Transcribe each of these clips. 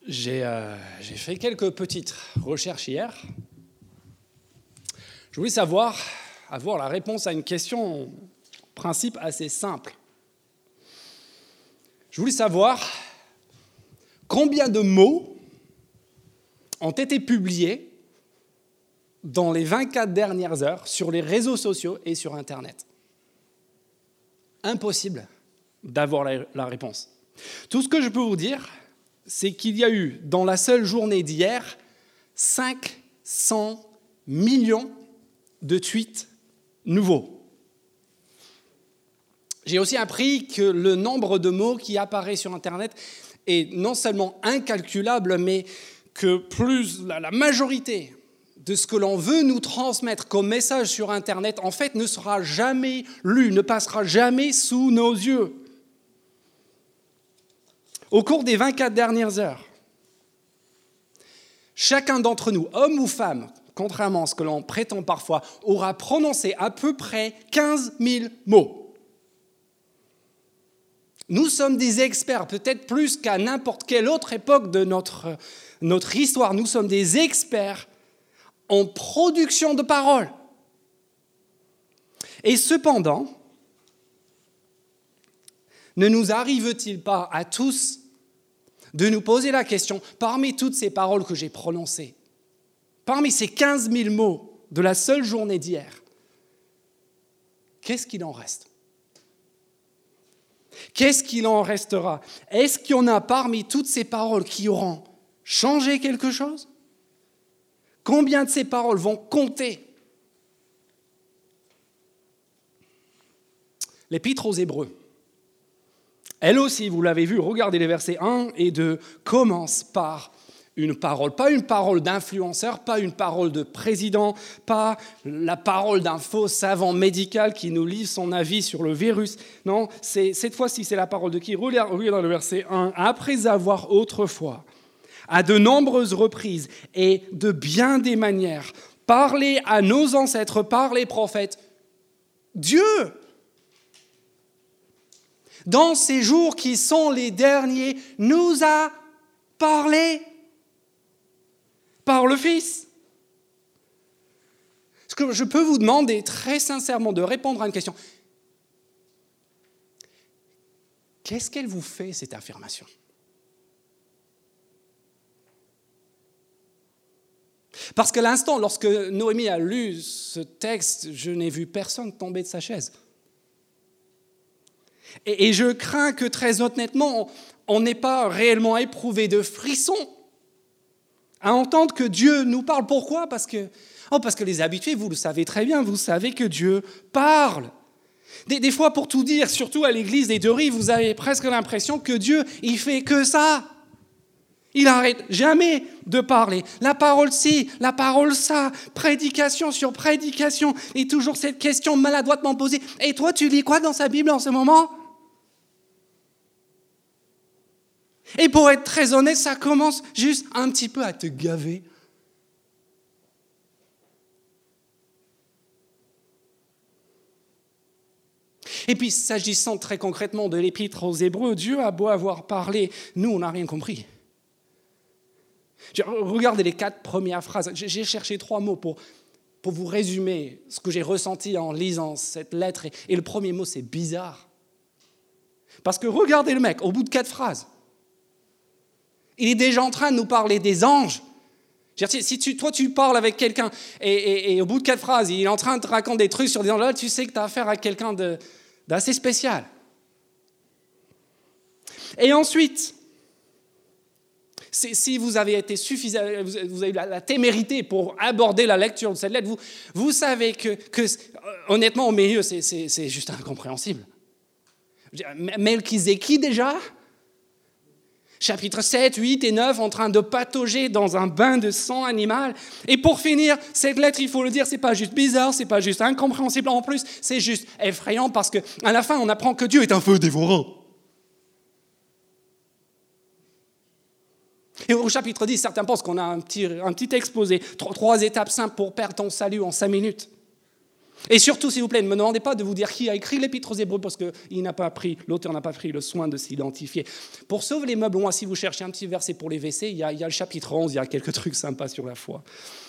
J'ai fait quelques petites recherches hier. Je voulais avoir la réponse à une question, en principe assez simple. Je voulais savoir combien de mots ont été publiés dans les 24 dernières heures sur les réseaux sociaux et sur Internet. Impossible d'avoir la réponse. Tout ce que je peux vous dire, c'est qu'il y a eu, dans la seule journée d'hier, 500 millions de tweets nouveaux. J'ai aussi appris que le nombre de mots qui apparaît sur Internet est non seulement incalculable, mais que la majorité de ce que l'on veut nous transmettre comme message sur Internet, en fait, ne sera jamais lu, ne passera jamais sous nos yeux. Au cours des 24 dernières heures, chacun d'entre nous, homme ou femme, contrairement à ce que l'on prétend parfois, aura prononcé à peu près 15 000 mots. Nous sommes des experts, peut-être plus qu'à n'importe quelle autre époque de notre histoire. Nous sommes des experts en production de paroles. Et cependant, ne nous arrive-t-il pas à tous de nous poser la question, parmi toutes ces paroles que j'ai prononcées, parmi ces 15 000 mots de la seule journée d'hier, qu'est-ce qu'il en reste ? Qu'est-ce qu'il en restera ? Est-ce qu'il y en a parmi toutes ces paroles qui auront changé quelque chose ? Combien de ces paroles vont compter ? L'Épître aux Hébreux, elle aussi, vous l'avez vu, regardez les versets 1 et 2, commence par une parole. Pas une parole d'influenceur, pas une parole de président, pas la parole d'un faux savant médical qui nous livre son avis sur le virus. Non, cette fois-ci, c'est la parole de qui ? Regardez dans le verset 1. Après avoir autrefois, à de nombreuses reprises et de bien des manières, parlé à nos ancêtres par les prophètes, Dieu, dans ces jours qui sont les derniers, nous a parlé par le Fils. Est-ce que je peux vous demander très sincèrement de répondre à une question ? Qu'est-ce qu'elle vous fait, cette affirmation ? Parce que l'instant, lorsque Noémie a lu ce texte, je n'ai vu personne tomber de sa chaise. Et je crains que très honnêtement, on n'ait pas réellement éprouvé de frisson à entendre que Dieu nous parle. Pourquoi ? Parce que les habitués, vous le savez très bien, vous savez que Dieu parle. Des fois, pour tout dire, surtout à l'église des Deux-Rives, vous avez presque l'impression que Dieu, il fait que ça. Il n'arrête jamais de parler. La parole ci, la parole ça, prédication sur prédication. Et toujours cette question maladroitement posée. Et toi, tu lis quoi dans sa Bible en ce moment ? Et pour être très honnête, ça commence juste un petit peu à te gaver. Et puis, s'agissant très concrètement de l'Épître aux Hébreux, Dieu a beau avoir parlé, nous, on n'a rien compris. Regardez les 4 premières phrases. J'ai cherché 3 mots pour vous résumer ce que j'ai ressenti en lisant cette lettre. Et le premier mot, c'est bizarre. Parce que regardez le mec, au bout de 4 phrases, il est déjà en train de nous parler des anges. Si toi tu parles avec quelqu'un et au bout de 4 phrases, il est en train de te raconter des trucs sur des anges, là tu sais que tu as affaire à quelqu'un d'assez spécial. Et ensuite, si vous avez été vous avez eu la témérité pour aborder la lecture de cette lettre, vous savez que honnêtement au milieu c'est juste incompréhensible. Melchizedek déjà ? Chapitres 7, 8 et 9, en train de patauger dans un bain de sang animal. Et pour finir, cette lettre, il faut le dire, c'est pas juste bizarre, c'est pas juste incompréhensible. En plus, c'est juste effrayant parce qu'à la fin, on apprend que Dieu est un feu dévorant. Et au chapitre 10, certains pensent qu'on a un petit exposé. 3 étapes simples pour perdre ton salut en 5 minutes. Et surtout, s'il vous plaît, ne me demandez pas de vous dire qui a écrit l'Épître aux Hébreux, parce que l'auteur n'a pas pris le soin de s'identifier. Pour sauver les meubles, moi, si vous cherchez un petit verset pour les WC, il y a le chapitre 11, il y a quelques trucs sympas sur la foi.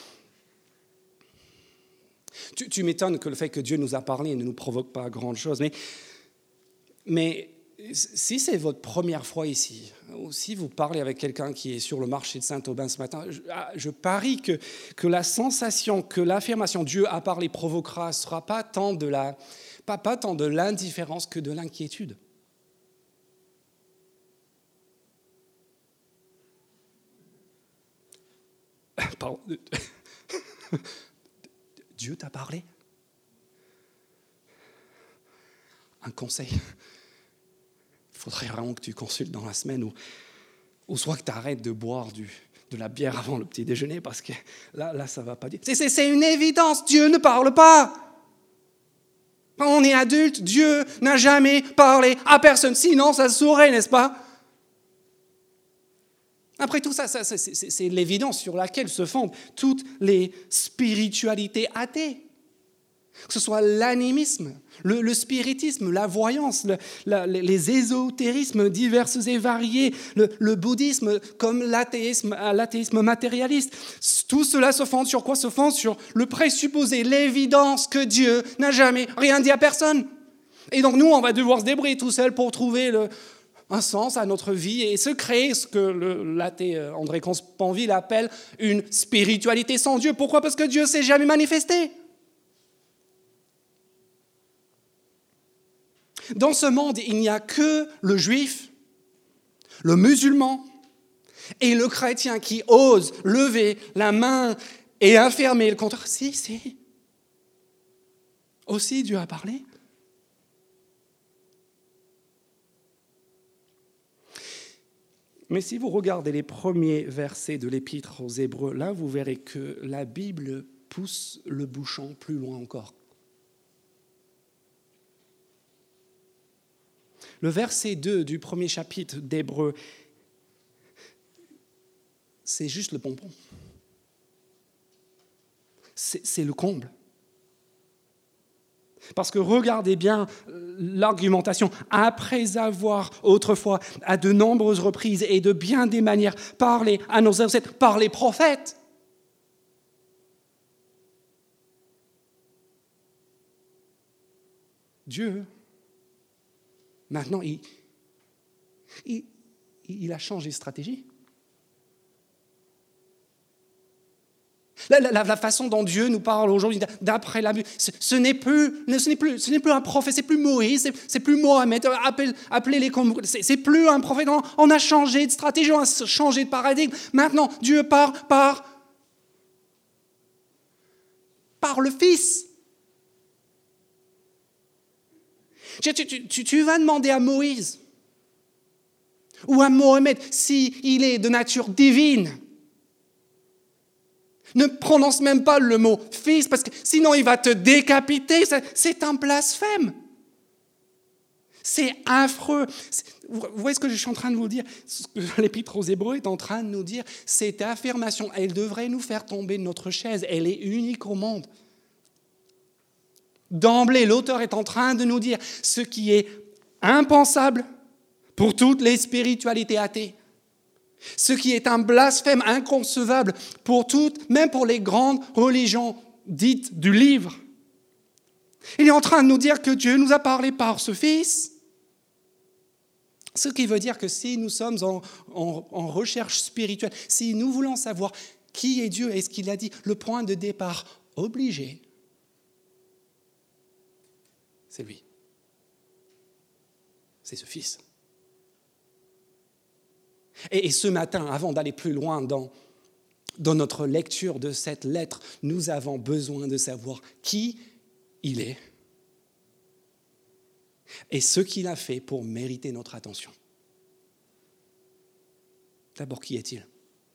Tu m'étonnes que le fait que Dieu nous a parlé ne nous provoque pas grand-chose, mais si c'est votre première fois ici, ou si vous parlez avec quelqu'un qui est sur le marché de Saint-Aubin ce matin, je parie que la sensation que l'affirmation Dieu a parlé provoquera ne sera pas tant de l'indifférence que de l'inquiétude. Pardon. Dieu t'a parlé? Un conseil? Il faudrait vraiment que tu consultes dans la semaine ou soit que tu arrêtes de boire de la bière avant le petit déjeuner parce que là ça ne va pas dire. C'est une évidence, Dieu ne parle pas. Quand on est adulte, Dieu n'a jamais parlé à personne, sinon ça se saurait, n'est-ce pas? Après tout ça, c'est l'évidence sur laquelle se fondent toutes les spiritualités athées. Que ce soit l'animisme, le spiritisme, la voyance, les ésotérismes divers et variés, le bouddhisme comme l'athéisme matérialiste. Tout cela se fonde sur quoi? Se fonde sur le présupposé, l'évidence que Dieu n'a jamais rien dit à personne. Et donc nous, on va devoir se débrouiller tout seul pour trouver un sens à notre vie et se créer ce que l'athée André Comte-Sponville appelle une spiritualité sans Dieu. Pourquoi? Parce que Dieu ne s'est jamais manifesté. Dans ce monde, il n'y a que le juif, le musulman et le chrétien qui osent lever la main et affirmer le contraire. Si. Aussi, Dieu a parlé. Mais si vous regardez les premiers versets de l'Épître aux Hébreux, là, vous verrez que la Bible pousse le bouchon plus loin encore. Le verset 2 du premier chapitre d'Hébreux, c'est juste le bonbon. C'est le comble. Parce que regardez bien l'argumentation. Après avoir autrefois, à de nombreuses reprises et de bien des manières, parlé à nos ancêtres par les prophètes, Dieu, maintenant, il a changé de stratégie. La façon dont Dieu nous parle aujourd'hui, d'après la Bible, ce n'est plus un prophète, c'est plus Moïse, c'est plus Mohamed, appelez-les comme vous, c'est plus un prophète. On a changé de stratégie, on a changé de paradigme. Maintenant, Dieu parle par le Fils. Tu vas demander à Moïse ou à Mohamed s'il est de nature divine. Ne prononce même pas le mot « fils » parce que sinon il va te décapiter. C'est un blasphème. C'est affreux. Vous voyez ce que je suis en train de vous dire? Ce que l'Épître aux Hébreux est en train de nous dire, cette affirmation, elle devrait nous faire tomber de notre chaise. Elle est unique au monde. D'emblée, l'auteur est en train de nous dire ce qui est impensable pour toutes les spiritualités athées. Ce qui est un blasphème inconcevable pour toutes, même pour les grandes religions dites du livre. Il est en train de nous dire que Dieu nous a parlé par ce Fils. Ce qui veut dire que si nous sommes en recherche spirituelle, si nous voulons savoir qui est Dieu et ce qu'il a dit, le point de départ obligé, c'est lui. C'est ce Fils. Et ce matin, avant d'aller plus loin dans notre lecture de cette lettre, nous avons besoin de savoir qui il est et ce qu'il a fait pour mériter notre attention. D'abord, qui est-il?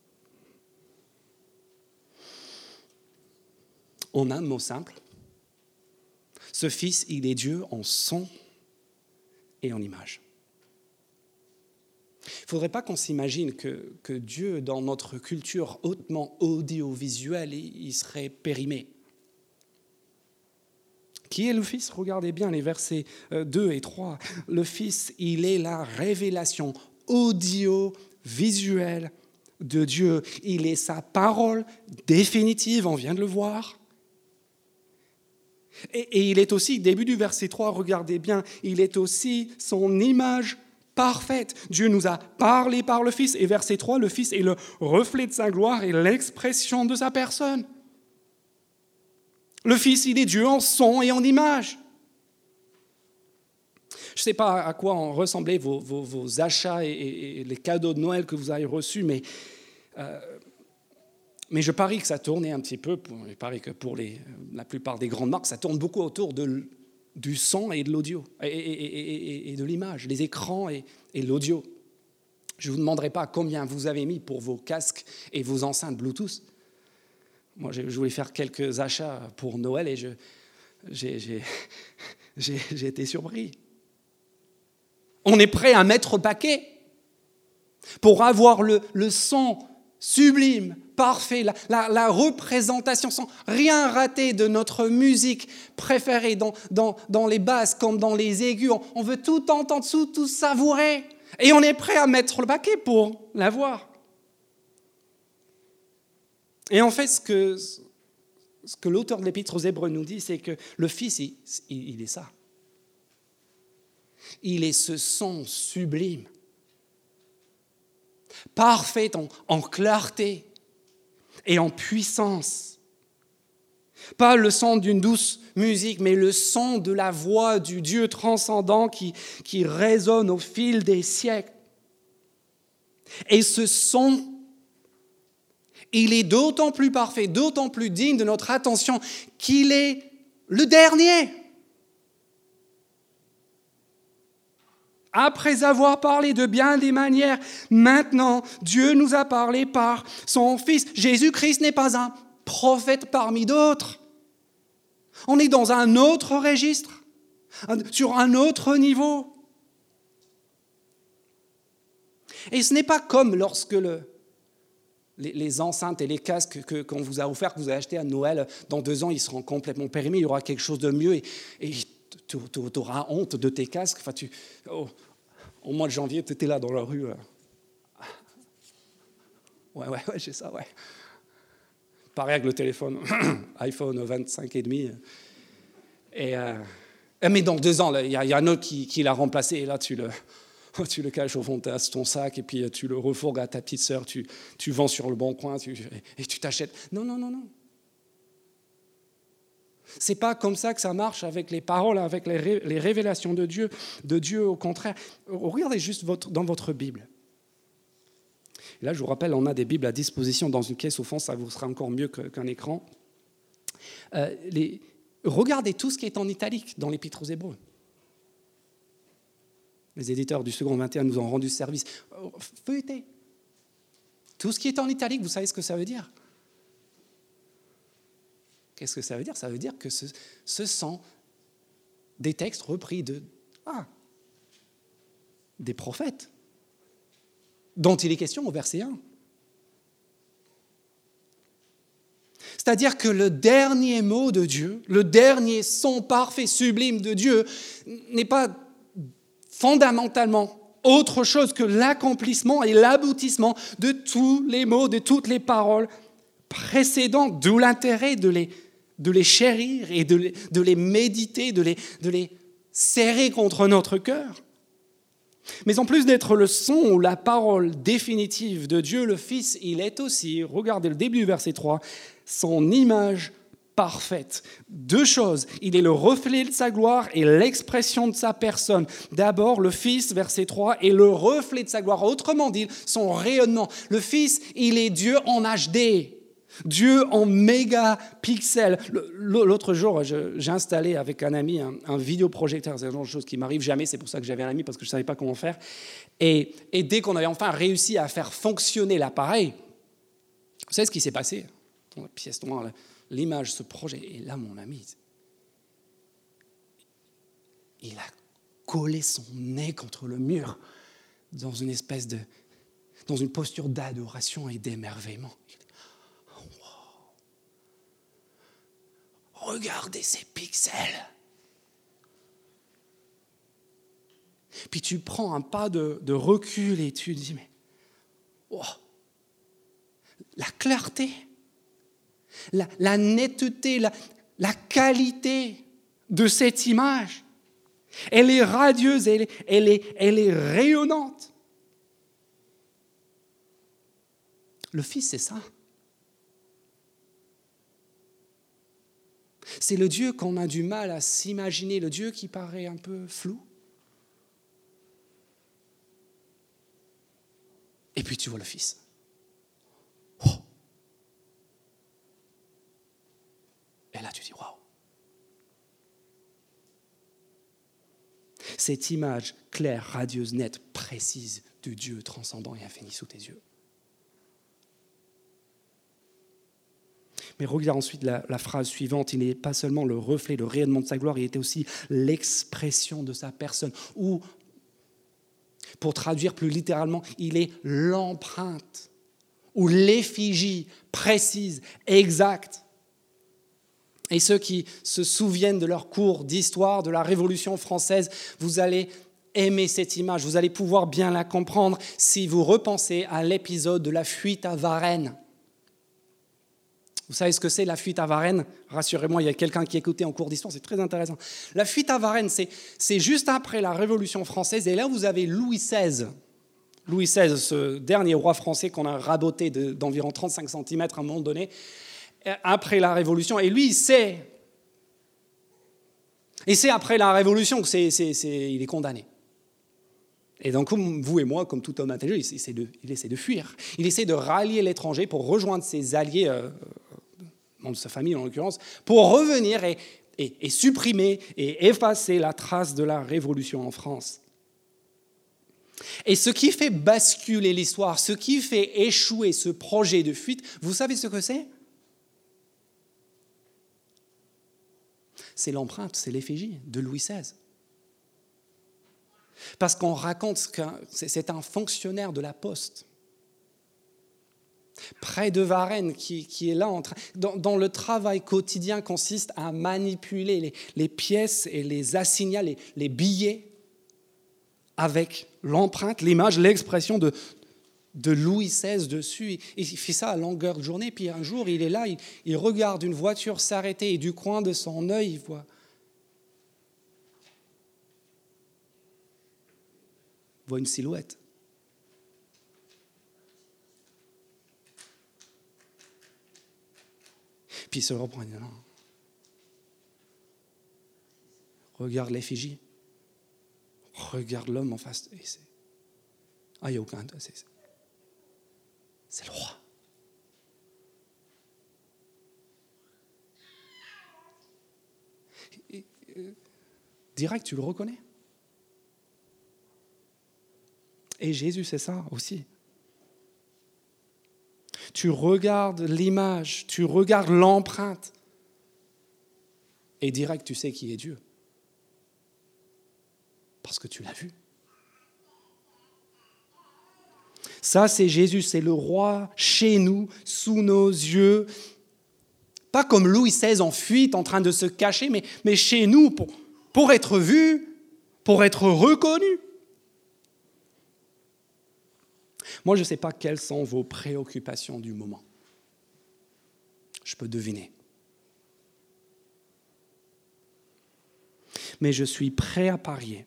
En un mot simple, ce Fils, il est Dieu en son et en image. Il ne faudrait pas qu'on s'imagine que Dieu, dans notre culture hautement audiovisuelle, il serait périmé. Qui est le Fils? Regardez bien les versets 2 et 3. Le Fils, il est la révélation audiovisuelle de Dieu. Il est sa parole définitive, on vient de le voir. Et il est aussi, début du verset 3, regardez bien, il est aussi son image parfaite. Dieu nous a parlé par le Fils. Et verset 3, le Fils est le reflet de sa gloire et l'expression de sa personne. Le Fils, il est Dieu en son et en image. Je ne sais pas à quoi ont ressemblé vos achats et les cadeaux de Noël que vous avez reçus, mais je parie que ça tournait un petit peu, je parie que pour la plupart des grandes marques, ça tourne beaucoup autour du son et de l'audio, et de l'image, les écrans et l'audio. Je ne vous demanderai pas combien vous avez mis pour vos casques et vos enceintes Bluetooth. Moi, je voulais faire quelques achats pour Noël et j'ai été surpris. On est prêt à mettre au paquet pour avoir le son sublime, parfait, la représentation sans rien rater de notre musique préférée dans les basses comme dans les aigus. On veut tout entendre, tout savourer. Et on est prêt à mettre le paquet pour l'avoir. Et en fait, ce que l'auteur de l'Épître aux Hébreux nous dit, c'est que le Fils, il est ça. Il est ce son sublime, parfait en clarté et en puissance. Pas le son d'une douce musique, mais le son de la voix du Dieu transcendant qui résonne au fil des siècles. Et ce son, il est d'autant plus parfait, d'autant plus digne de notre attention qu'il est le dernier. Après avoir parlé de bien des manières, maintenant, Dieu nous a parlé par son Fils. Jésus-Christ n'est pas un prophète parmi d'autres. On est dans un autre registre, sur un autre niveau. Et ce n'est pas comme lorsque les enceintes et les casques qu'on vous a offerts, que vous avez achetés à Noël, dans 2 ans, ils seront complètement périmés, il y aura quelque chose de mieux et tu auras honte de tes casques. Enfin, au mois de janvier, tu étais là dans la rue. Ouais, j'ai ça, ouais. Pareil avec le téléphone, iPhone 25,5. Mais dans 2 ans, il y a un autre qui l'a remplacé et là, tu le caches au fond de ton sac et puis tu le refourgues à ta petite sœur, tu vends sur le bon coin et tu t'achètes. Non. C'est pas comme ça que ça marche avec les paroles, avec les révélations de Dieu, au contraire. Regardez juste dans votre Bible. Et là, je vous rappelle, on a des Bibles à disposition dans une caisse au fond, ça vous sera encore mieux qu'un écran. Regardez tout ce qui est en italique dans l'Épître aux Hébreux. Les éditeurs du Second 21 nous ont rendu service. Feuilletez. Tout ce qui est en italique, vous savez ce que ça veut dire? Qu'est-ce que ça veut dire? Ça veut dire que ce sont des textes repris des prophètes dont il est question au verset 1. C'est-à-dire que le dernier mot de Dieu, le dernier son parfait, sublime de Dieu, n'est pas fondamentalement autre chose que l'accomplissement et l'aboutissement de tous les mots, de toutes les paroles précédentes, d'où l'intérêt de les chérir et de les méditer, de les serrer contre notre cœur. Mais en plus d'être le son ou la parole définitive de Dieu, le Fils, il est aussi, regardez le début du verset 3, son image parfaite. 2 choses, il est le reflet de sa gloire et l'expression de sa personne. D'abord, le Fils, verset 3, est le reflet de sa gloire, autrement dit, son rayonnement. Le Fils, il est Dieu en HD. Dieu en mégapixels. L'autre jour, j'ai installé avec un ami un vidéoprojecteur. C'est une chose qui m'arrive jamais, c'est pour ça que j'avais un ami, parce que je ne savais pas comment faire. Et dès qu'on avait enfin réussi à faire fonctionner l'appareil, vous savez ce qui s'est passé? Dans la pièce noire, l'image se projette. Et là, mon ami, il a collé son nez contre le mur dans une posture d'adoration et d'émerveillement. Regardez ces pixels. Puis tu prends un pas de recul et tu dis, mais oh, la clarté, la netteté, la qualité de cette image, elle est radieuse, elle est rayonnante. Le Fils, c'est ça. C'est le Dieu qu'on a du mal à s'imaginer, le Dieu qui paraît un peu flou. Et puis tu vois le Fils. Oh. Et là tu dis waouh. Cette image claire, radieuse, nette, précise de Dieu transcendant et infini sous tes yeux. Mais regarde ensuite la phrase suivante, il n'est pas seulement le reflet, le rayonnement de sa gloire, il était aussi l'expression de sa personne. Ou, pour traduire plus littéralement, il est l'empreinte ou l'effigie précise, exacte. Et ceux qui se souviennent de leur cours d'histoire de la Révolution française, vous allez aimer cette image, vous allez pouvoir bien la comprendre si vous repensez à l'épisode de la fuite à Varennes. Vous savez ce que c'est la fuite à Varennes? Rassurez-moi, il y a quelqu'un qui écoutait en cours d'histoire, c'est très intéressant. La fuite à Varennes, c'est juste après la Révolution française, et là vous avez Louis XVI. Louis XVI, ce dernier roi français qu'on a raboté d'environ 35 cm à un moment donné, après la Révolution, et lui, il sait après la Révolution qu'il est condamné. Et donc, comme vous et moi, comme tout homme intelligent, il essaie de fuir. Il essaie de rallier l'étranger pour rejoindre ses alliés, de sa famille en l'occurrence, pour revenir et supprimer et effacer la trace de la Révolution en France. Et ce qui fait basculer l'histoire, ce qui fait échouer ce projet de fuite, vous savez ce que c'est? C'est l'empreinte, c'est l'effigie de Louis XVI. Parce qu'on raconte que c'est un fonctionnaire de la Poste, près de Varennes, qui est là, dont le travail quotidien consiste à manipuler les pièces et les assignats, les billets, avec l'empreinte, l'image, l'expression de Louis XVI dessus. Il fait ça à longueur de journée, puis un jour, il est là, il regarde une voiture s'arrêter, et du coin de son œil, il voit une silhouette. Puis il se reprend et dit non. Regarde l'effigie. Regarde l'homme en face. Il n'y a aucun. C'est le roi. Direct, tu le reconnais. Et Jésus, c'est ça aussi. Tu regardes l'image, tu regardes l'empreinte, et direct, tu sais qui est Dieu. Parce que tu l'as vu. Ça, c'est Jésus, c'est le roi chez nous, sous nos yeux. Pas comme Louis XVI en fuite, en train de se cacher, mais chez nous, pour être vu, pour être reconnu. Moi, je ne sais pas quelles sont vos préoccupations du moment. Je peux deviner. Mais je suis prêt à parier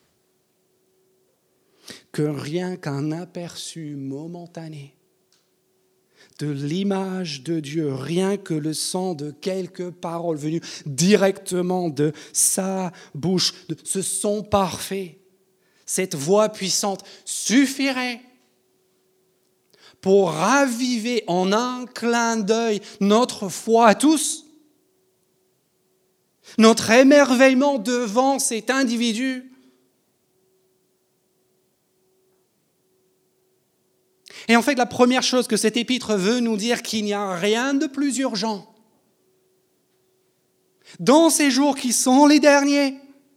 que rien qu'un aperçu momentané de l'image de Dieu, rien que le son de quelques paroles venues directement de sa bouche, de ce son parfait, cette voix puissante suffirait pour raviver en un clin d'œil notre foi à tous, notre émerveillement devant cet individu. Et en fait, la première chose que cet épître veut nous dire, qu'il n'y a rien de plus urgent dans ces jours qui sont les derniers.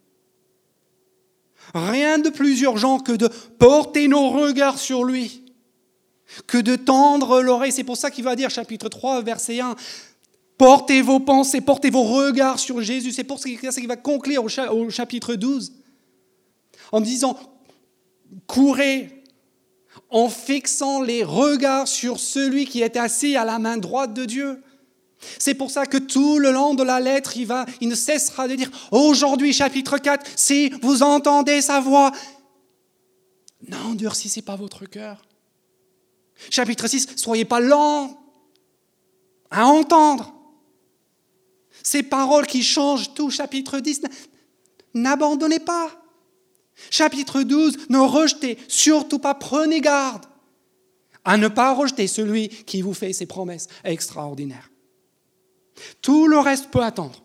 Rien de plus urgent que de porter nos regards sur lui, que de tendre l'oreille. C'est pour ça qu'il va dire, chapitre 3, verset 1, portez vos pensées, portez vos regards sur Jésus. C'est pour ça qu'il va conclure au chapitre 12. en disant « courez » en fixant les regards sur celui qui est assis à la main droite de Dieu. C'est pour ça que tout le long de la lettre, il ne cessera de dire « Aujourd'hui, chapitre 4, si vous entendez sa voix, n'endurcissez pas votre cœur. » Chapitre 6, soyez pas lents à entendre. Ces paroles qui changent tout. Chapitre 10, n'abandonnez pas. Chapitre 12, ne rejetez surtout pas, prenez garde à ne pas rejeter celui qui vous fait ces promesses extraordinaires. Tout le reste peut attendre.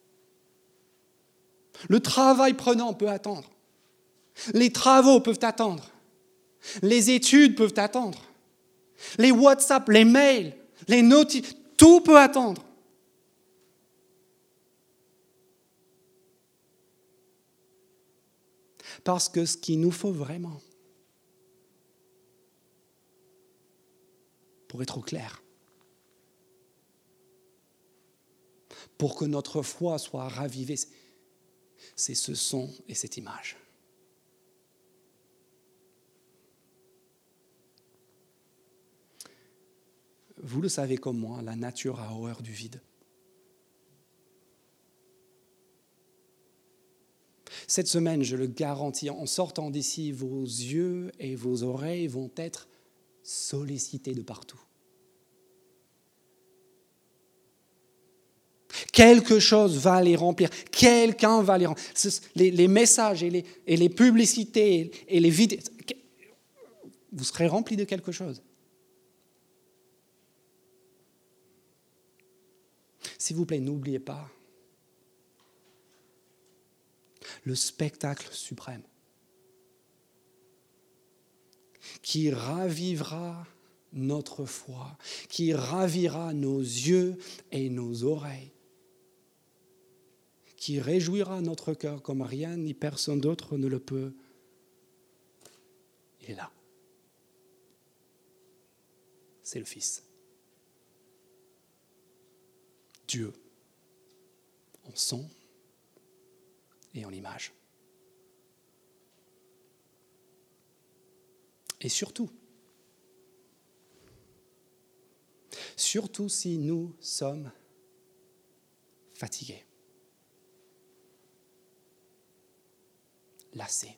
Le travail prenant peut attendre. Les travaux peuvent attendre. Les études peuvent attendre. Les WhatsApp, les mails, les notifs, tout peut attendre. Parce que ce qu'il nous faut vraiment, pour être au clair, pour que notre foi soit ravivée, c'est ce son et cette image. Vous le savez comme moi, la nature a horreur du vide. Cette semaine, je le garantis, en sortant d'ici, vos yeux et vos oreilles vont être sollicités de partout. Quelque chose va les remplir, quelqu'un va les remplir. Les messages et les publicités et les vidéos, vous serez remplis de quelque chose. S'il vous plaît, n'oubliez pas le spectacle suprême qui ravivera notre foi, qui ravira nos yeux et nos oreilles, qui réjouira notre cœur comme rien ni personne d'autre ne le peut. Il est là. C'est le Fils. Dieu, en son et en image. Et surtout si nous sommes fatigués, lassés.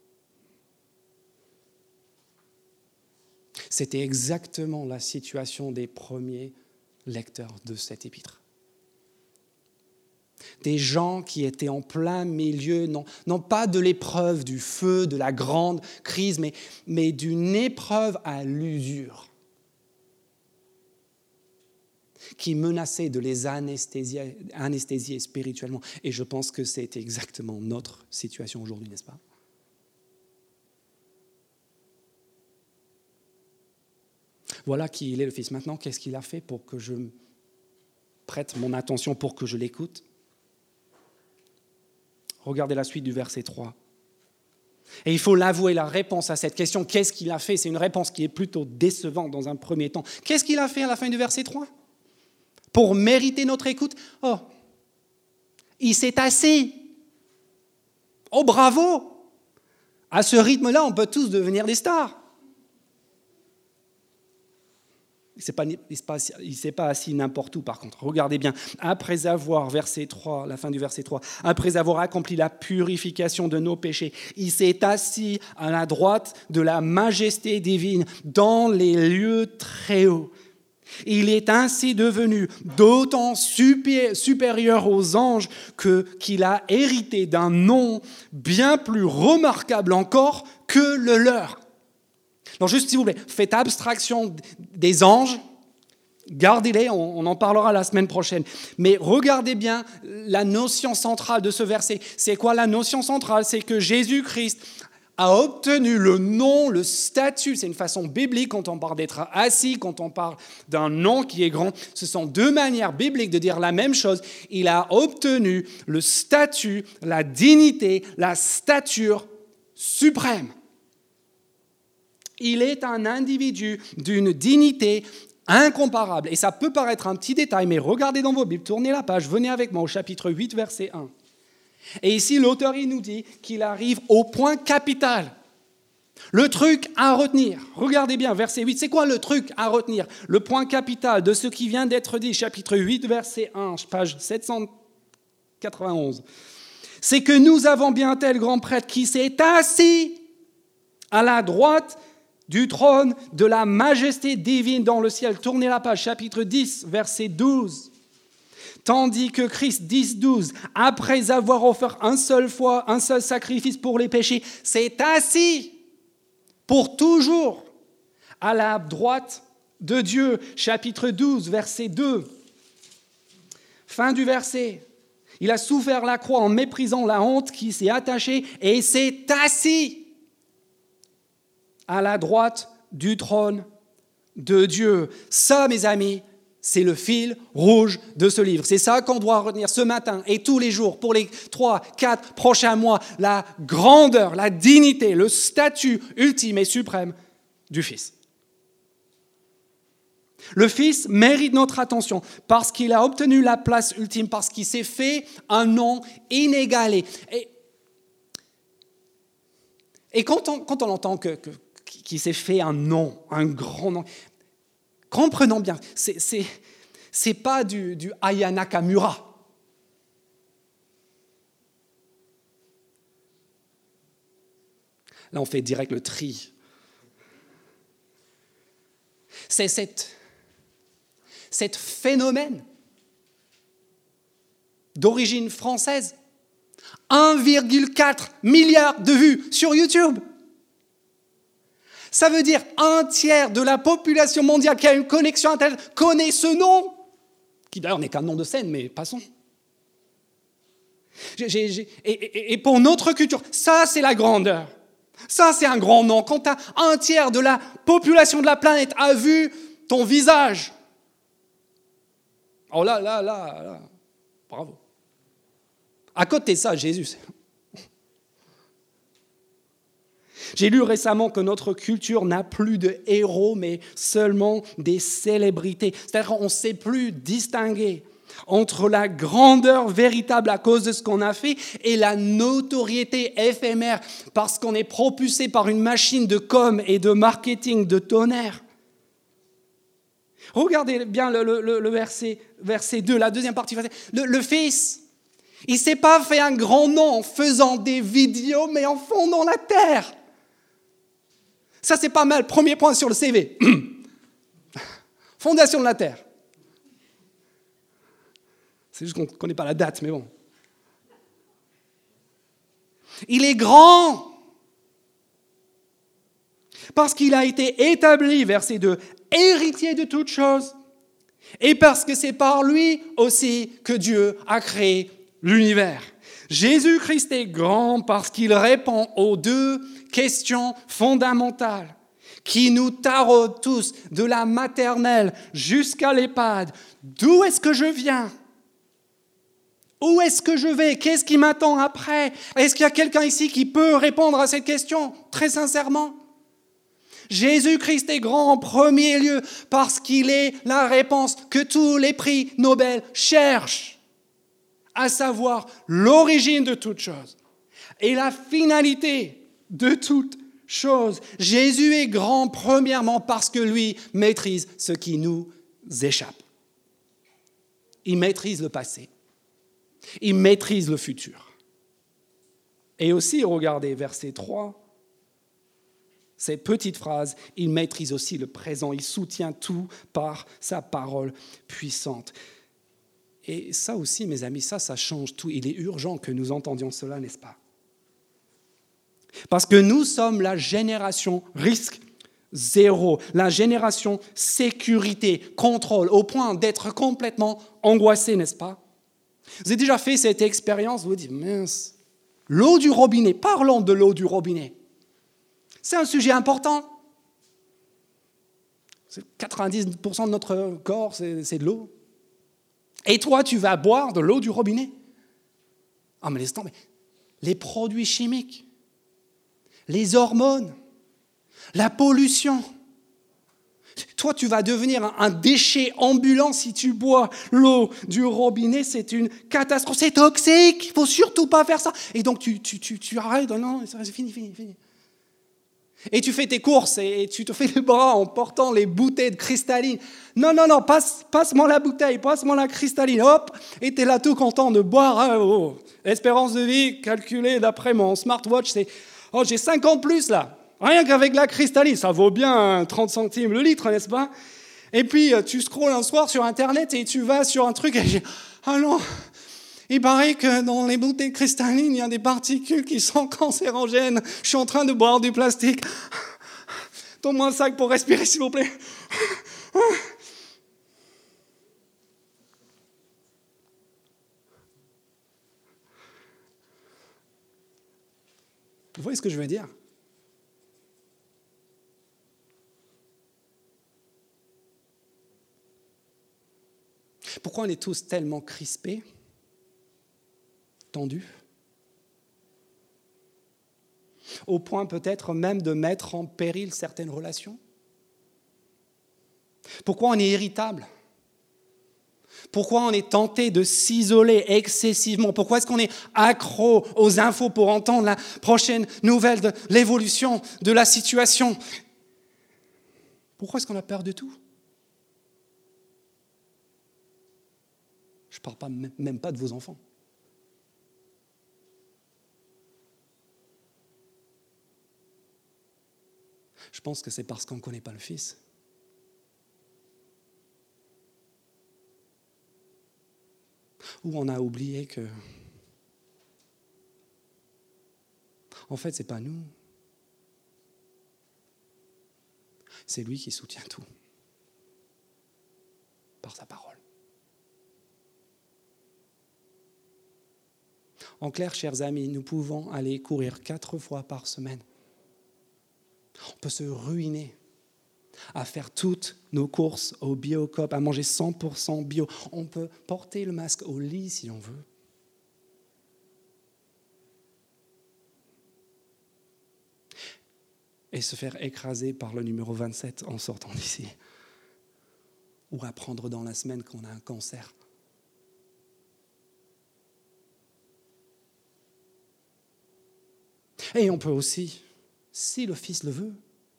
C'était exactement la situation des premiers lecteurs de cet épître. Des gens qui étaient en plein milieu, non pas de l'épreuve, du feu, de la grande crise, mais d'une épreuve à l'usure qui menaçait de les anesthésier spirituellement. Et je pense que c'est exactement notre situation aujourd'hui, n'est-ce pas ? Voilà qui il est, le Fils. Maintenant, qu'est-ce qu'il a fait pour que je prête mon attention, pour que je l'écoute ? Regardez la suite du verset 3. Et il faut l'avouer, la réponse à cette question, qu'est-ce qu'il a fait ? C'est une réponse qui est plutôt décevante dans un premier temps. Qu'est-ce qu'il a fait à la fin du verset 3 ? Pour mériter notre écoute ? Oh, il s'est assis. Oh, bravo ! À ce rythme-là, on peut tous devenir des stars. Il ne s'est pas assis n'importe où, par contre. Regardez bien. Après avoir, verset 3, la fin du verset 3, après avoir accompli la purification de nos péchés, il s'est assis à la droite de la majesté divine dans les lieux très hauts. Il est ainsi devenu d'autant supérieur aux anges qu'il a hérité d'un nom bien plus remarquable encore que le leur. Donc juste s'il vous plaît, faites abstraction des anges, gardez-les, on en parlera la semaine prochaine. Mais regardez bien la notion centrale de ce verset. C'est quoi la notion centrale ? C'est que Jésus-Christ a obtenu le nom, le statut. C'est une façon biblique quand on parle d'être assis, quand on parle d'un nom qui est grand. Ce sont deux manières bibliques de dire la même chose. Il a obtenu le statut, la dignité, la stature suprême. Il est un individu d'une dignité incomparable. Et ça peut paraître un petit détail, mais regardez dans vos Bibles, tournez la page, venez avec moi au chapitre 8, verset 1. Et ici, l'auteur, il nous dit qu'il arrive au point capital. Le truc à retenir. Regardez bien, verset 8. C'est quoi le truc à retenir? Le point capital de ce qui vient d'être dit, chapitre 8, verset 1, page 791. C'est que nous avons bien un tel grand prêtre qui s'est assis à la droite du trône de la majesté divine dans le ciel. Tournez la page, chapitre 10, verset 12. Tandis que Christ, 10, 12, après avoir offert un seul sacrifice pour les péchés, s'est assis pour toujours à la droite de Dieu. Chapitre 12, verset 2. Fin du verset. Il a souffert la croix en méprisant la honte qui s'est attachée et s'est assis à la droite du trône de Dieu. Ça, mes amis, c'est le fil rouge de ce livre. C'est ça qu'on doit retenir ce matin et tous les jours pour les 3, 4 prochains mois. La grandeur, la dignité, le statut ultime et suprême du Fils. Le Fils mérite notre attention parce qu'il a obtenu la place ultime, parce qu'il s'est fait un nom inégalé. Et quand on entend qu'il s'est fait un nom, un grand nom, comprenons bien, c'est pas du Aya Nakamura. Là, on fait direct le tri. C'est cet phénomène d'origine française. 1,4 milliard de vues sur YouTube. Ça veut dire 1/3 de la population mondiale qui a une connexion Internet connaît ce nom, qui d'ailleurs n'est qu'un nom de scène, mais passons. Et pour notre culture, ça c'est la grandeur. Ça c'est un grand nom. Quand 1/3 de la population de la planète a vu ton visage, oh là, bravo. À côté de ça, Jésus. J'ai lu récemment que notre culture n'a plus de héros, mais seulement des célébrités. C'est-à-dire qu'on ne sait plus distinguer entre la grandeur véritable à cause de ce qu'on a fait et la notoriété éphémère parce qu'on est propulsé par une machine de com et de marketing de tonnerre. Regardez bien le verset 2, la deuxième partie. Le Fils, il ne s'est pas fait un grand nom en faisant des vidéos, mais en fondant la terre. Ça, c'est pas mal. Premier point sur le CV. Fondation de la terre. C'est juste qu'on ne connaît pas la date, mais bon. Il est grand parce qu'il a été établi, verset 2, héritier de toutes choses, et parce que c'est par lui aussi que Dieu a créé l'univers. Jésus-Christ est grand parce qu'il répond aux deux questions fondamentales qui nous taraudent tous, de la maternelle jusqu'à l'EHPAD. D'où est-ce que je viens ? Où est-ce que je vais ? Qu'est-ce qui m'attend après ? Est-ce qu'il y a quelqu'un ici qui peut répondre à cette question, très sincèrement ? Jésus-Christ est grand en premier lieu parce qu'il est la réponse que tous les prix Nobel cherchent, à savoir l'origine de toute chose et la finalité de toute chose. Jésus est grand premièrement parce que lui maîtrise ce qui nous échappe. Il maîtrise le passé. Il maîtrise le futur. Et aussi, regardez, verset 3, cette petite phrase, il maîtrise aussi le présent. Il soutient tout par sa parole puissante. Et ça aussi, mes amis, ça change tout. Il est urgent que nous entendions cela, n'est-ce pas ? Parce que nous sommes la génération risque zéro, la génération sécurité, contrôle, au point d'être complètement angoissé, n'est-ce pas ? Vous avez déjà fait cette expérience, vous vous dites, mince, l'eau du robinet, parlons de l'eau du robinet. C'est un sujet important. 90% de notre corps, c'est de l'eau. Et toi, tu vas boire de l'eau du robinet. Ah, mais laisse tomber. Les produits chimiques, les hormones, la pollution. Toi, tu vas devenir un déchet ambulant si tu bois l'eau du robinet. C'est une catastrophe. C'est toxique. Il ne faut surtout pas faire ça. Et donc, tu arrêtes. Non, c'est fini. Et tu fais tes courses et tu te fais les bras en portant les bouteilles de cristalline. Non, passe-moi la bouteille, passe-moi la cristalline. Hop, et tu es là tout content de boire. Espérance de vie calculée d'après mon smartwatch, c'est... j'ai 5 ans de plus là. Rien qu'avec la cristalline, ça vaut bien 30 centimes le litre, n'est-ce pas? Et puis, tu scrolles un soir sur Internet et tu vas sur un truc et non, il paraît que dans les bouteilles cristallines, il y a des particules qui sont cancérogènes. Je suis en train de boire du plastique. Donne-moi un sac pour respirer, s'il vous plaît. Vous voyez ce que je veux dire? Pourquoi on est tous tellement crispés, tendus, au point peut-être même de mettre en péril certaines relations? Pourquoi on est irritable? Pourquoi on est tenté de s'isoler excessivement? Pourquoi est-ce qu'on est accro aux infos pour entendre la prochaine nouvelle de l'évolution de la situation? Pourquoi est-ce qu'on a peur de tout? Je ne parle même pas de vos enfants. Je pense que c'est parce qu'on ne connaît pas le Fils. Ou on a oublié que, en fait, ce n'est pas nous. C'est lui qui soutient tout, par sa parole. En clair, chers amis, nous pouvons aller courir 4 fois par semaine. On peut se ruiner à faire toutes nos courses au Biocoop, à manger 100% bio. On peut porter le masque au lit si on veut. Et se faire écraser par le numéro 27 en sortant d'ici. Ou apprendre dans la semaine qu'on a un cancer. Et on peut aussi, si le Fils le veut,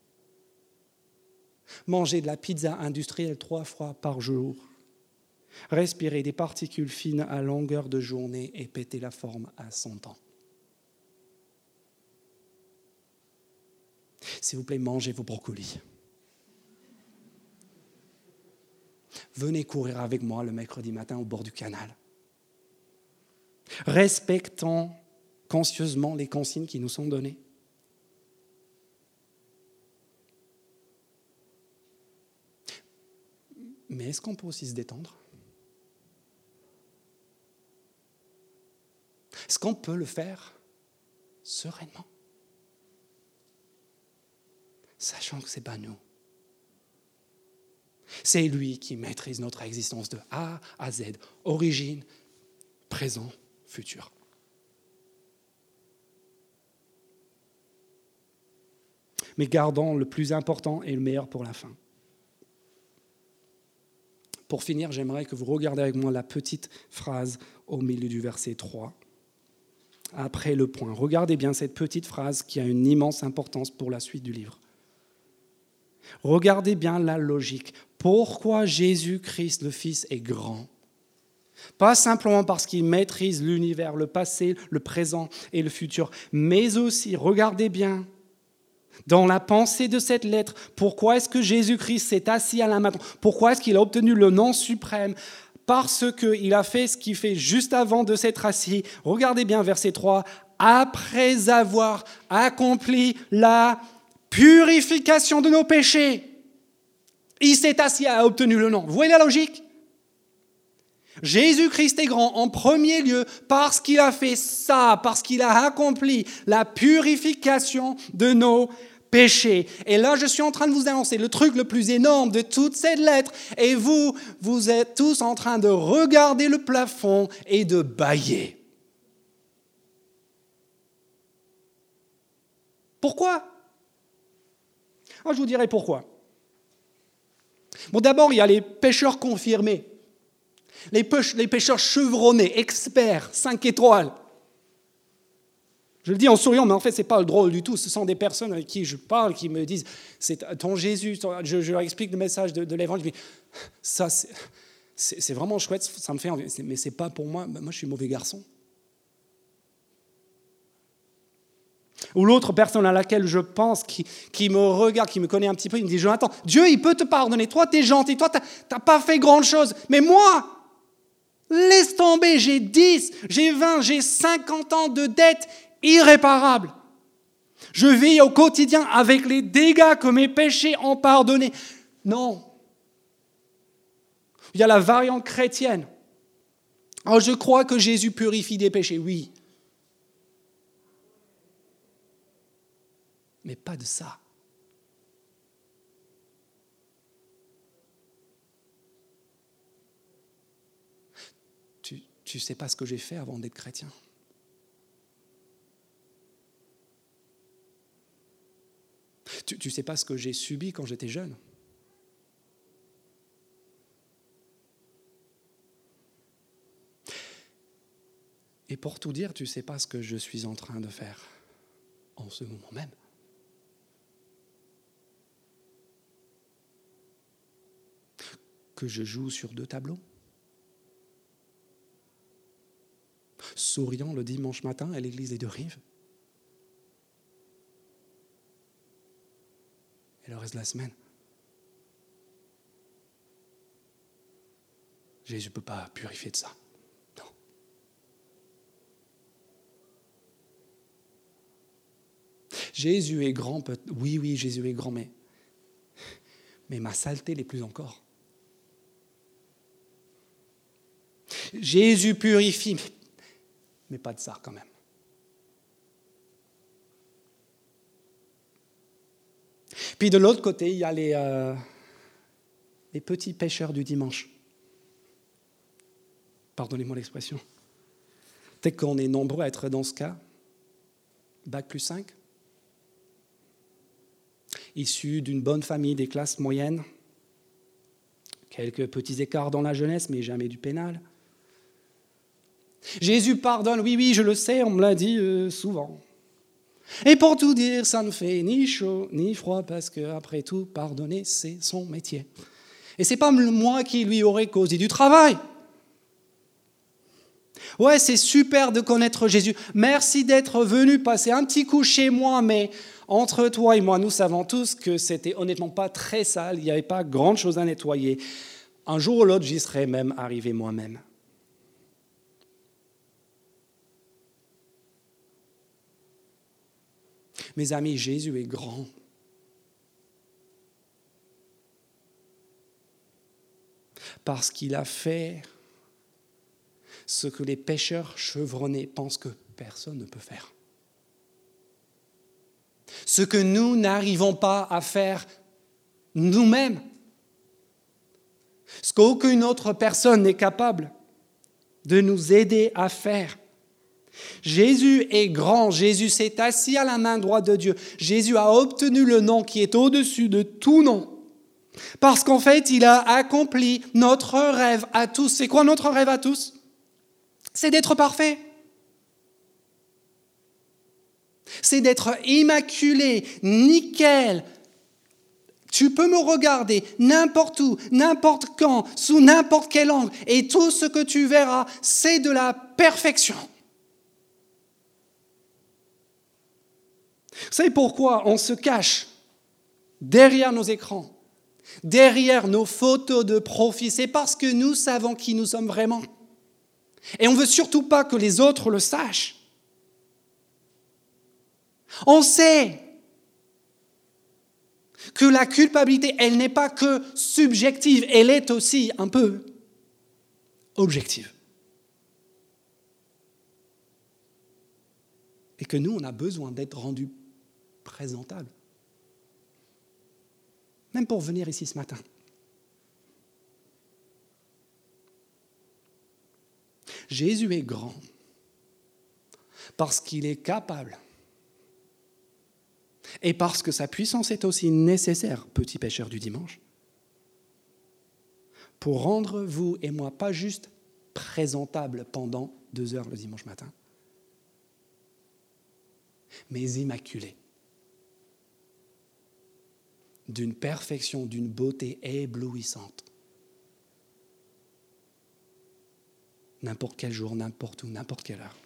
manger de la pizza industrielle 3 fois par jour, respirer des particules fines à longueur de journée et péter la forme à 100 ans. S'il vous plaît, mangez vos brocolis. Venez courir avec moi le mercredi matin au bord du canal. Respectons conscieusement les consignes qui nous sont données. Mais est-ce qu'on peut aussi se détendre? Est-ce qu'on peut le faire sereinement? Sachant que ce n'est pas nous. C'est lui qui maîtrise notre existence de A à Z, origine, présent, futur. Mais gardons le plus important et le meilleur pour la fin. Pour finir, j'aimerais que vous regardiez avec moi la petite phrase au milieu du verset 3, après le point. Regardez bien cette petite phrase qui a une immense importance pour la suite du livre. Regardez bien la logique. Pourquoi Jésus-Christ, le Fils, est grand? Pas simplement parce qu'il maîtrise l'univers, le passé, le présent et le futur, mais aussi, regardez bien, dans la pensée de cette lettre, pourquoi est-ce que Jésus-Christ s'est assis à la main? Pourquoi est-ce qu'il a obtenu le nom suprême? Parce qu'il a fait ce qu'il fait juste avant de s'être assis. Regardez bien verset 3. Après avoir accompli la purification de nos péchés, il s'est assis et a obtenu le nom. Vous voyez la logique? Jésus-Christ est grand en premier lieu parce qu'il a fait ça, parce qu'il a accompli la purification de nos péchés. Et là, je suis en train de vous annoncer le truc le plus énorme de toute cette lettre. Et vous êtes tous en train de regarder le plafond et de bâiller. Pourquoi? Je vous dirai pourquoi. Bon, d'abord, il y a les pêcheurs confirmés, les pêcheurs chevronnés, experts, 5 étoiles. Je le dis en souriant, mais en fait, ce n'est pas drôle du tout. Ce sont des personnes avec qui je parle, qui me disent, c'est ton Jésus, je leur explique le message de l'Évangile. Ça, c'est vraiment chouette, ça me fait envie. Mais ce n'est pas pour moi. Moi, je suis mauvais garçon. Ou l'autre personne à laquelle je pense, qui me regarde, qui me connaît un petit peu, il me dit, Jonathan, Dieu, il peut te pardonner. Toi, tu es gentil. Toi, tu n'as pas fait grand-chose. Mais moi, laisse tomber. J'ai 10, j'ai 20, j'ai 50 ans de dette irréparable. Je vis au quotidien avec les dégâts que mes péchés ont pardonnés. Non. Il y a la variante chrétienne. Alors, je crois que Jésus purifie des péchés, oui. Mais pas de ça. Tu sais pas ce que j'ai fait avant d'être chrétien. Tu sais pas ce que j'ai subi quand j'étais jeune. Et pour tout dire, tu sais pas ce que je suis en train de faire en ce moment même. Que je joue sur 2 tableaux, souriant le dimanche matin à l'église des 2 Rives, et le reste de la semaine, Jésus ne peut pas purifier de ça. Non. Jésus est grand, oui, Jésus est grand, mais ma saleté l'est plus encore. Jésus purifie, mais pas de ça quand même. Puis de l'autre côté, il y a les petits pêcheurs du dimanche. Pardonnez-moi l'expression. Peut-être qu'on est nombreux à être dans ce cas. Bac plus 5. Issus d'une bonne famille des classes moyennes. Quelques petits écarts dans la jeunesse, mais jamais du pénal. Jésus pardonne, oui, je le sais, on me l'a dit souvent. Et pour tout dire, ça ne fait ni chaud ni froid, parce qu'après tout, pardonner, c'est son métier. Et ce n'est pas moi qui lui aurais causé du travail. Ouais, c'est super de connaître Jésus. Merci d'être venu passer un petit coup chez moi, mais entre toi et moi, nous savons tous que c'était honnêtement pas très sale, il n'y avait pas grande chose à nettoyer. Un jour ou l'autre, j'y serais même arrivé moi-même. Mes amis, Jésus est grand. Parce qu'il a fait ce que les pêcheurs chevronnés pensent que personne ne peut faire. Ce que nous n'arrivons pas à faire nous-mêmes. Ce qu'aucune autre personne n'est capable de nous aider à faire. Jésus est grand, Jésus s'est assis à la main droite de Dieu. Jésus a obtenu le nom qui est au-dessus de tout nom. Parce qu'en fait, il a accompli notre rêve à tous. C'est quoi notre rêve à tous ? C'est d'être parfait. C'est d'être immaculé, nickel. Tu peux me regarder n'importe où, n'importe quand, sous n'importe quel angle, et tout ce que tu verras, c'est de la perfection. Vous savez pourquoi on se cache derrière nos écrans, derrière nos photos de profil ? C'est parce que nous savons qui nous sommes vraiment. Et on ne veut surtout pas que les autres le sachent. On sait que la culpabilité, elle n'est pas que subjective, elle est aussi un peu objective. Et que nous, on a besoin d'être rendus présentables. Même pour venir ici ce matin. Jésus est grand parce qu'il est capable et parce que sa puissance est aussi nécessaire, petit pécheur du dimanche, pour rendre vous et moi pas juste présentables pendant 2 heures le dimanche matin, mais immaculés, d'une perfection, d'une beauté éblouissante. N'importe quel jour, n'importe où, n'importe quelle heure.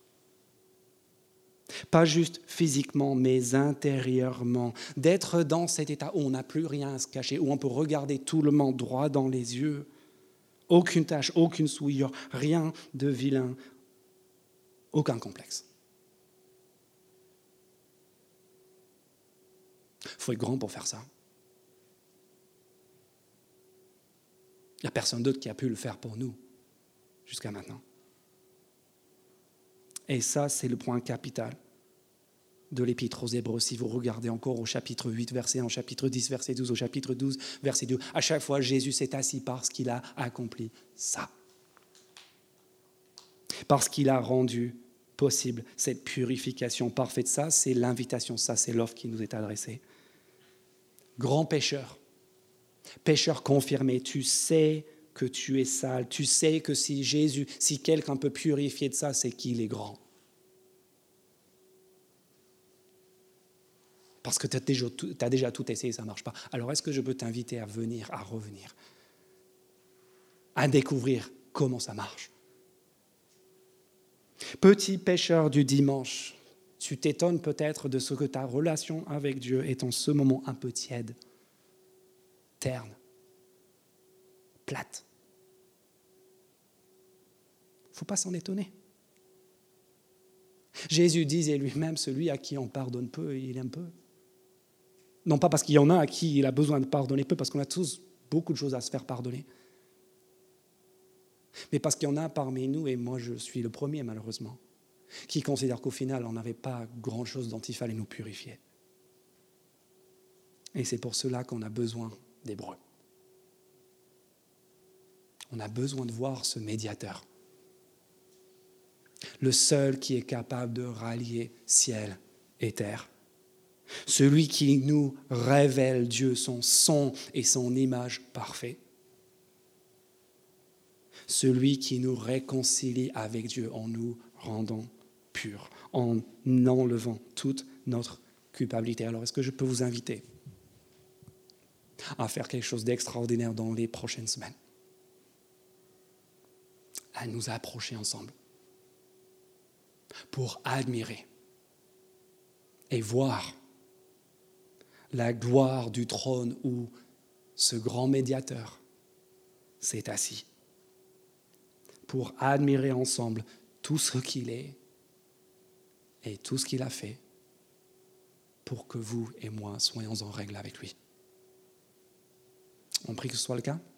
Pas juste physiquement, mais intérieurement. D'être dans cet état où on n'a plus rien à se cacher, où on peut regarder tout le monde droit dans les yeux. Aucune tache, aucune souillure, rien de vilain, aucun complexe. Il faut être grand pour faire ça. Il n'y a personne d'autre qui a pu le faire pour nous jusqu'à maintenant. Et ça, c'est le point capital de l'Épître aux Hébreux. Si vous regardez encore au chapitre 8, verset 1, au chapitre 10, verset 12, au chapitre 12, verset 2, à chaque fois, Jésus s'est assis parce qu'il a accompli ça. Parce qu'il a rendu possible cette purification parfaite. Ça, c'est l'invitation, ça, c'est l'offre qui nous est adressée. Grand pécheur, pécheur confirmé, tu sais que tu es sale, tu sais que si quelqu'un peut purifier de ça, c'est qu'il est grand. Parce que tu as déjà tout essayé, ça ne marche pas. Alors est-ce que je peux t'inviter à venir, à revenir, à découvrir comment ça marche? Petit pécheur du dimanche, tu t'étonnes peut-être de ce que ta relation avec Dieu est en ce moment un peu tiède, terne, plate. Il ne faut pas s'en étonner. Jésus disait lui-même, celui à qui on pardonne peu, il aime peu. Non pas parce qu'il y en a à qui il a besoin de pardonner peu, parce qu'on a tous beaucoup de choses à se faire pardonner. Mais parce qu'il y en a parmi nous, et moi je suis le premier malheureusement, qui considère qu'au final on n'avait pas grand-chose dont il fallait nous purifier. Et c'est pour cela qu'on a besoin d'Hébreux. On a besoin de voir ce médiateur. Le seul qui est capable de rallier ciel et terre. Celui qui nous révèle Dieu, son son et son image parfait. Celui qui nous réconcilie avec Dieu en nous rendant purs, en enlevant toute notre culpabilité. Alors, est-ce que je peux vous inviter à faire quelque chose d'extraordinaire dans les prochaines semaines? À nous approcher ensemble pour admirer et voir la gloire du trône où ce grand médiateur s'est assis, pour admirer ensemble tout ce qu'il est et tout ce qu'il a fait pour que vous et moi soyons en règle avec lui. On prie que ce soit le cas.